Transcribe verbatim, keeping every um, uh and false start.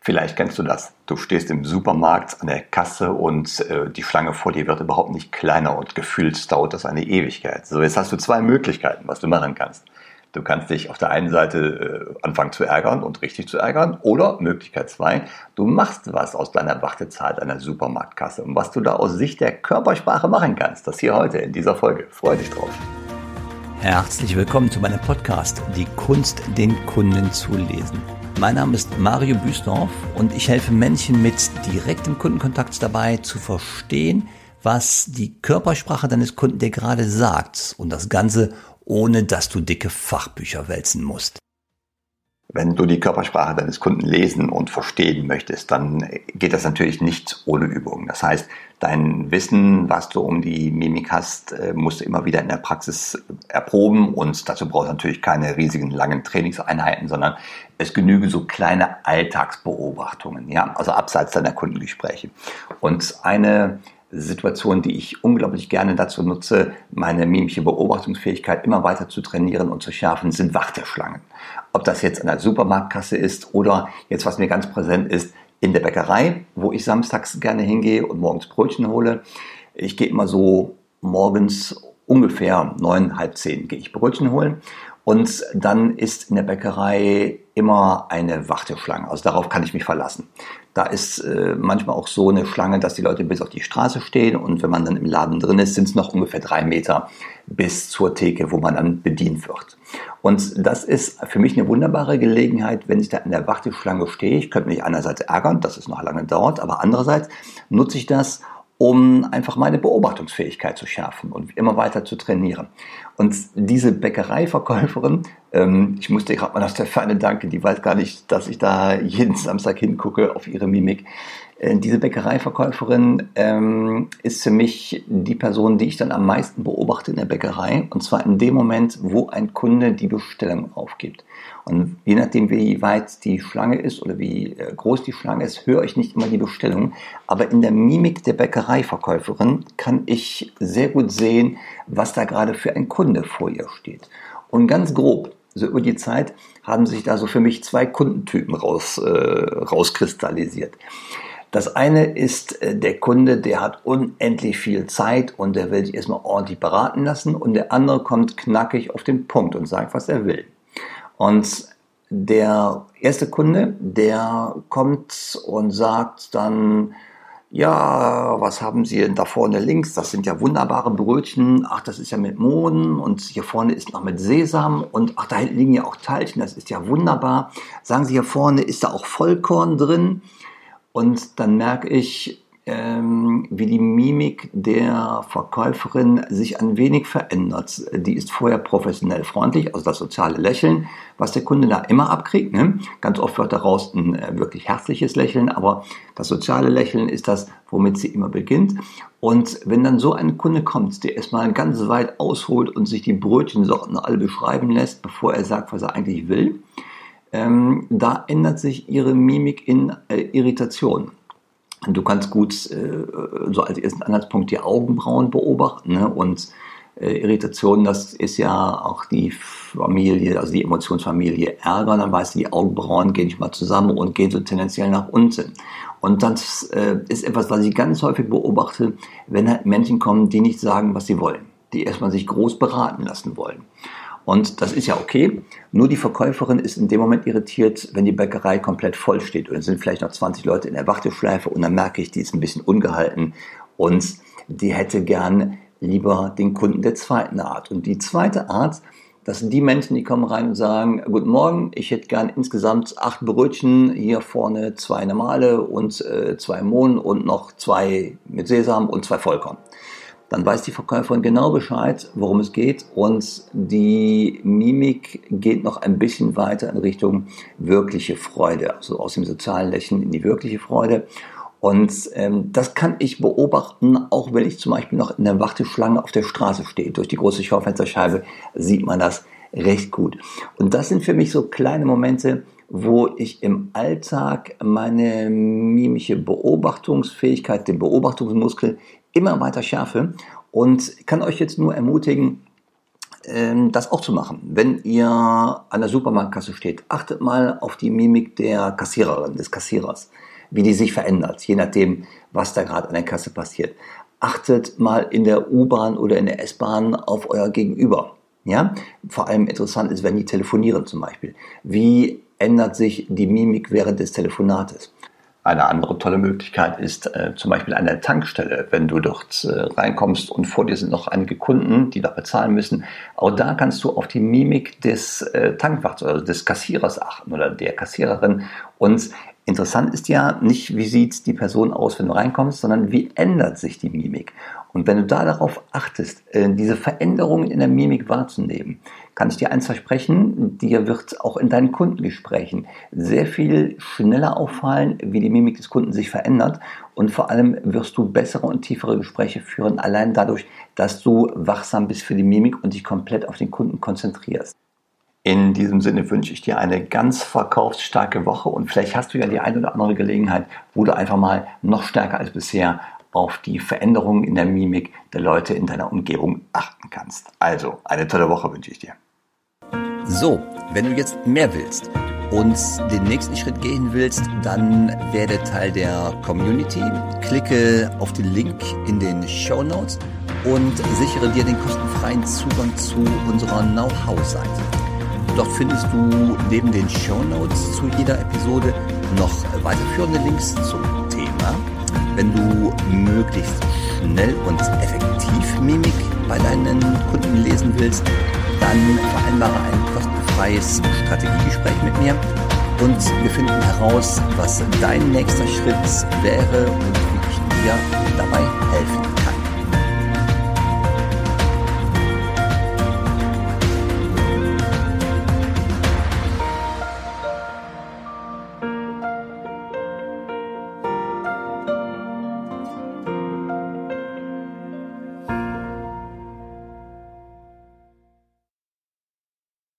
Vielleicht kennst du das. Du stehst im Supermarkt an der Kasse und äh, die Schlange vor dir wird überhaupt nicht kleiner und gefühlt dauert das eine Ewigkeit. So, jetzt hast du zwei Möglichkeiten, was du machen kannst. Du kannst dich auf der einen Seite äh, anfangen zu ärgern und richtig zu ärgern, oder Möglichkeit zwei, du machst was aus deiner Wartezeit an der Supermarktkasse. Und was du da aus Sicht der Körpersprache machen kannst, das hier heute in dieser Folge. Freu dich drauf. Herzlich willkommen zu meinem Podcast Die Kunst, den Kunden zu lesen. Mein Name ist Mario Büsdorf und ich helfe Menschen mit direktem Kundenkontakt dabei zu verstehen, was die Körpersprache deines Kunden dir gerade sagt, und das Ganze ohne dass du dicke Fachbücher wälzen musst. Wenn du die Körpersprache deines Kunden lesen und verstehen möchtest, dann geht das natürlich nicht ohne Übung. Das heißt, dein Wissen, was du um die Mimik hast, musst du immer wieder in der Praxis erproben, und dazu brauchst du natürlich keine riesigen langen Trainingseinheiten, sondern es genügen so kleine Alltagsbeobachtungen, ja, also abseits deiner Kundengespräche. Und eine Situation, die ich unglaublich gerne dazu nutze, meine mimische Beobachtungsfähigkeit immer weiter zu trainieren und zu schärfen, sind Warteschlangen. Ob das jetzt an der Supermarktkasse ist oder jetzt, was mir ganz präsent ist, in der Bäckerei, wo ich samstags gerne hingehe und morgens Brötchen hole. Ich gehe immer so morgens ungefähr neun, halb zehn gehe ich Brötchen holen. Und dann ist in der Bäckerei immer eine Warteschlange. Also darauf kann ich mich verlassen. Da ist äh, manchmal auch so eine Schlange, dass die Leute bis auf die Straße stehen. Und wenn man dann im Laden drin ist, sind es noch ungefähr drei Meter bis zur Theke, wo man dann bedient wird. Und das ist für mich eine wunderbare Gelegenheit, wenn ich da in der Warteschlange stehe. Ich könnte mich einerseits ärgern, dass es noch lange dauert, aber andererseits nutze ich das, um einfach meine Beobachtungsfähigkeit zu schärfen und immer weiter zu trainieren. Und diese Bäckereiverkäuferin, ähm, ich musste gerade mal aus der Ferne danken, die weiß gar nicht, dass ich da jeden Samstag hingucke auf ihre Mimik. Äh, diese Bäckereiverkäuferin ähm, ist für mich die Person, die ich dann am meisten beobachte in der Bäckerei, und zwar in dem Moment, wo ein Kunde die Bestellung aufgibt. Und je nachdem, wie weit die Schlange ist oder wie groß die Schlange ist, höre ich nicht immer die Bestellung. Aber in der Mimik der Bäckereiverkäuferin kann ich sehr gut sehen, was da gerade für ein Kunde vor ihr steht. Und ganz grob, so über die Zeit, haben sich da so für mich zwei Kundentypen raus, äh, rauskristallisiert. Das eine ist der Kunde, der hat unendlich viel Zeit und der will sich erstmal ordentlich beraten lassen, und der andere kommt knackig auf den Punkt und sagt, was er will. Und der erste Kunde, der kommt und sagt dann, ja, was haben Sie denn da vorne links? Das sind ja wunderbare Brötchen. Ach, das ist ja mit Mohn, und hier vorne ist noch mit Sesam, und ach, da hinten liegen ja auch Teilchen, das ist ja wunderbar. Sagen Sie, hier vorne ist da auch Vollkorn drin? Und dann merke ich, ähm, wie die Mimik der Verkäuferin sich ein wenig verändert. Die ist vorher professionell freundlich, also das soziale Lächeln, was der Kunde da immer abkriegt. Ne? Ganz oft wird daraus ein äh, wirklich herzliches Lächeln, aber das soziale Lächeln ist das, womit sie immer beginnt. Und wenn dann so ein Kunde kommt, der erstmal ganz weit ausholt und sich die Brötchensorten alle beschreiben lässt, bevor er sagt, was er eigentlich will, ähm, da ändert sich ihre Mimik in äh, Irritation. Du kannst gut äh, so als ersten Anhaltspunkt die Augenbrauen beobachten, ne? Und äh, Irritation, das ist ja auch die Familie, also die Emotionsfamilie Ärger. Dann weißt du, die Augenbrauen gehen nicht mal zusammen und gehen so tendenziell nach unten. Und das äh, ist etwas, was ich ganz häufig beobachte, wenn halt Menschen kommen, die nicht sagen, was sie wollen, die erstmal sich groß beraten lassen wollen. Und das ist ja okay, nur die Verkäuferin ist in dem Moment irritiert, wenn die Bäckerei komplett voll steht. Und es sind vielleicht noch zwanzig Leute in der Warteschleife, und dann merke ich, die ist ein bisschen ungehalten und die hätte gern lieber den Kunden der zweiten Art. Und die zweite Art, das sind die Menschen, die kommen rein und sagen, guten Morgen, ich hätte gern insgesamt acht Brötchen, hier vorne zwei normale und äh, zwei Mohn und noch zwei mit Sesam und zwei Vollkorn. Dann weiß die Verkäuferin genau Bescheid, worum es geht, und die Mimik geht noch ein bisschen weiter in Richtung wirkliche Freude, also aus dem sozialen Lächeln in die wirkliche Freude. Und ähm, das kann ich beobachten, auch wenn ich zum Beispiel noch in der Warteschlange auf der Straße stehe. Durch die große Schaufensterscheibe sieht man das recht gut. Und das sind für mich so kleine Momente, wo ich im Alltag meine mimische Beobachtungsfähigkeit, den Beobachtungsmuskel immer weiter schärfe, und kann euch jetzt nur ermutigen, ähm, das auch zu machen. Wenn ihr an der Supermarktkasse steht, achtet mal auf die Mimik der Kassiererin, des Kassierers, wie die sich verändert, je nachdem, was da gerade an der Kasse passiert. Achtet mal in der U-Bahn oder in der S-Bahn auf euer Gegenüber. Ja? Vor allem interessant ist, wenn die telefonieren zum Beispiel. Wie ändert sich die Mimik während des Telefonates? Eine andere tolle Möglichkeit ist äh, zum Beispiel an der Tankstelle, wenn du dort äh, reinkommst und vor dir sind noch einige Kunden, die da bezahlen müssen. Auch da kannst du auf die Mimik des äh, Tankwachts oder des Kassierers achten oder der Kassiererin. Und interessant ist ja nicht, wie sieht die Person aus, wenn du reinkommst, sondern wie ändert sich die Mimik. Und wenn du da darauf achtest, äh, diese Veränderungen in der Mimik wahrzunehmen, kann ich dir eins versprechen, dir wird auch in deinen Kundengesprächen sehr viel schneller auffallen, wie die Mimik des Kunden sich verändert. Und vor allem wirst du bessere und tiefere Gespräche führen, allein dadurch, dass du wachsam bist für die Mimik und dich komplett auf den Kunden konzentrierst. In diesem Sinne wünsche ich dir eine ganz verkaufsstarke Woche und vielleicht hast du ja die eine oder andere Gelegenheit, wo du einfach mal noch stärker als bisher auf die Veränderungen in der Mimik der Leute in deiner Umgebung achten kannst. Also, eine tolle Woche wünsche ich dir. So, wenn du jetzt mehr willst und den nächsten Schritt gehen willst, dann werde Teil der Community. Klicke auf den Link in den Shownotes und sichere dir den kostenfreien Zugang zu unserer Know-how-Seite. Dort findest du neben den Shownotes zu jeder Episode noch weiterführende Links zum Thema. Wenn du möglichst schnell und effektiv Mimik bei deinen Kunden lesen willst, dann vereinbare ein kostenfreies Strategiegespräch mit mir und wir finden heraus, was dein nächster Schritt wäre und wie ich dir dabei helfen kann.